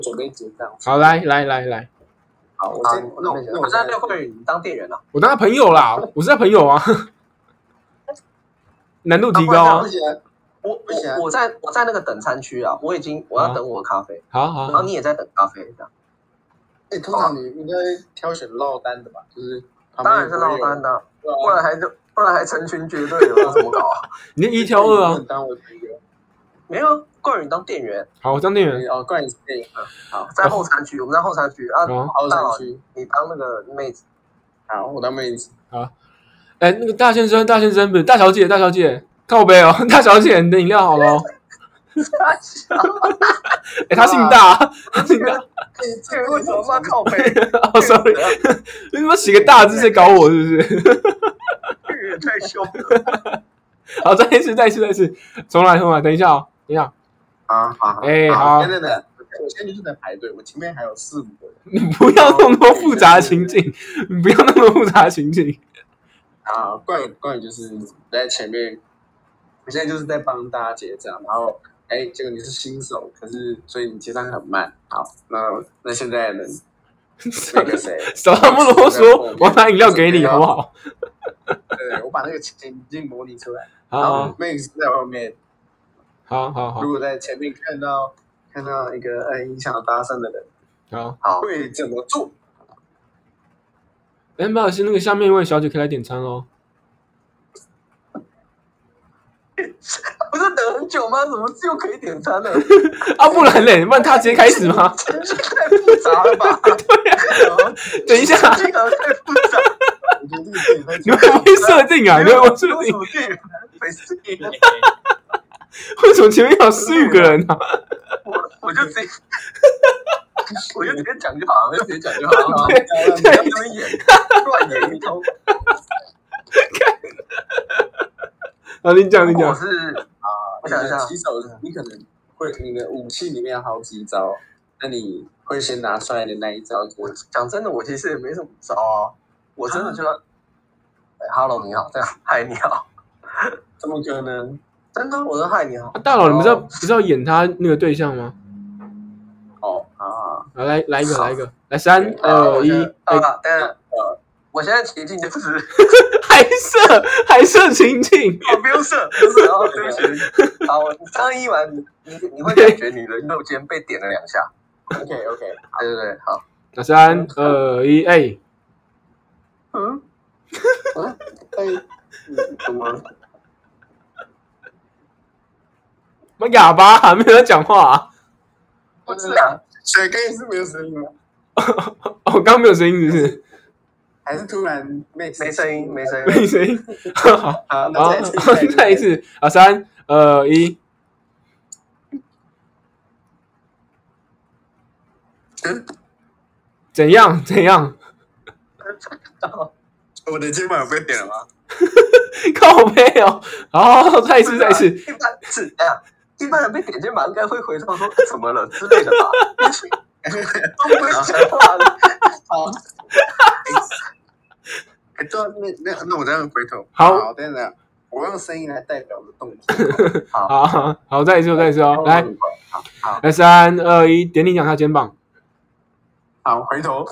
准备结账。 好，来。 好，我在那会你当店员了。 我当他朋友啦，我是他朋友啊。难度提高啊！ 我在那个等餐区啊，我要等我的咖啡。 好， 然后你也在等咖啡，这样。 通常你应该挑选落单的吧？就是当然是落单的，不然还成群结队的，怎么搞啊？ 你1挑2啊？ 当我朋友。 没有，冠宇当店员。 好，我当店员。 哦，冠宇是店员。 好，在后餐区，我们在后餐区啊。 后餐区， 你当那个妹子。 好，我当妹子。 好。那个大先生不是大小姐，看我杯哦，大小姐，你的饮料好了哦。他姓大， 这个为什么骂靠背？ 哦 ，sorry， 你怎么写个大字在搞我是不是？ 这也太凶了。 好，再一次，重来，等一下。 好。 好。 我现在就是在排队，我前面还有4、5个人。 你不要那么多复杂的情境， 啊，冠宇就是在前面，我现在就是在帮大家结账，然后结果你是新手，所以你结账很慢。好，那现在呢？那个谁， 少那么啰嗦，我拿饮料给你好不好？ 对，我把那个情境模拟出来。 好， 妹子在外面。 好。 如果在前面看到一个你想要搭讪的人， 好， 会怎么做？ 不好意思，那个下面一位小姐可以来点餐哦。 不是等很久吗？怎么又可以点餐了？ 啊，不然嘞，不然他直接开始吗？ 程序太复杂了吧？ 对啊，等一下， 程序太复杂。 我觉得这个店员你会不会设定啊？ 为什么店员会设定？ 为什么前面有4、5个人啊？ 我就直接讲就好了，直接讲就好了。 对， 不要这么演，乱演一通。 好，你讲。 我想一下， 起手你可能会你的武器里面有好几招，那你会先拿出来的那一招？ 我讲真的，我其实也没什么招啊，我真的就要，Hello 你好，这样，嗨你好， 怎么可能？ 真的，我说嗨你好。 大佬，你们不是要演他那个对象吗？ 哦，好， 来一个，来3、2、1， 我现在情境就是还设情境， 不用设，对不起。好，你刚一完，你会感觉你的右肩被点了2下。 OK， 对，好。 那3、2、1， 怎么？ 妈哑巴啊，没有在讲话啊。 不是啊， 所以刚才是没有声音吗？ 刚刚没有声音，是不是？ 还是突然没声音？ 好，再一次啊！3、2、1，怎样？ 我的肩膀有被点了吗？ 靠背哦！好，再一次。 一般是一般人被点肩膀应该会回头说怎么了之类的吧？都不会讲话的。好。 那我这样回头。 好， 等等，我用声音来代表我的动作。 好，再一次哦，来， 好， 来3、2、1，点你2下肩膀。 好，回头。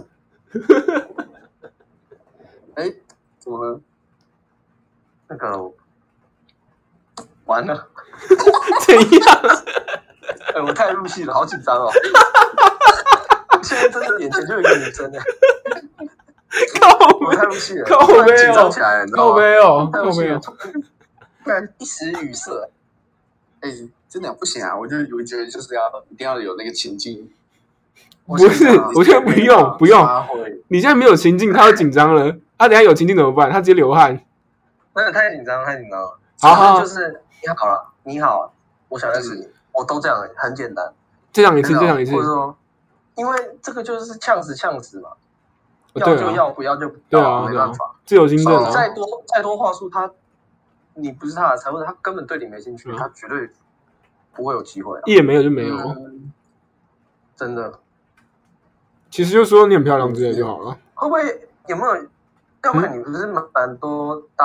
怎么了？ 那个完了。 怎样？ 我太入戏了，好紧张哦。现在真的眼前就有一个女生哎。我太入戏了， 靠背紧张起来了，你知道吗？ 靠背哦， 不然一时语塞。 真的不行啊！我觉得就是一定要有那个情境。 不是，我觉得不用。你现在没有情境，他要紧张了。他等下有情境怎么办？他直接流汗。 那个太紧张了。 好， 就是你好，我想认识你，我都这样，很简单。 这样一次。 或者说，因为这个就是呛死嘛。要就要，不要就不要，没办法。 自由行政， 再多话术，你不是他的菜，或者他根本对你没兴趣，他绝对不会有机会。 一眼没有就没有， 真的。 其实就说你很漂亮之类就好了。 会不会有没有？要不然你不是蛮多大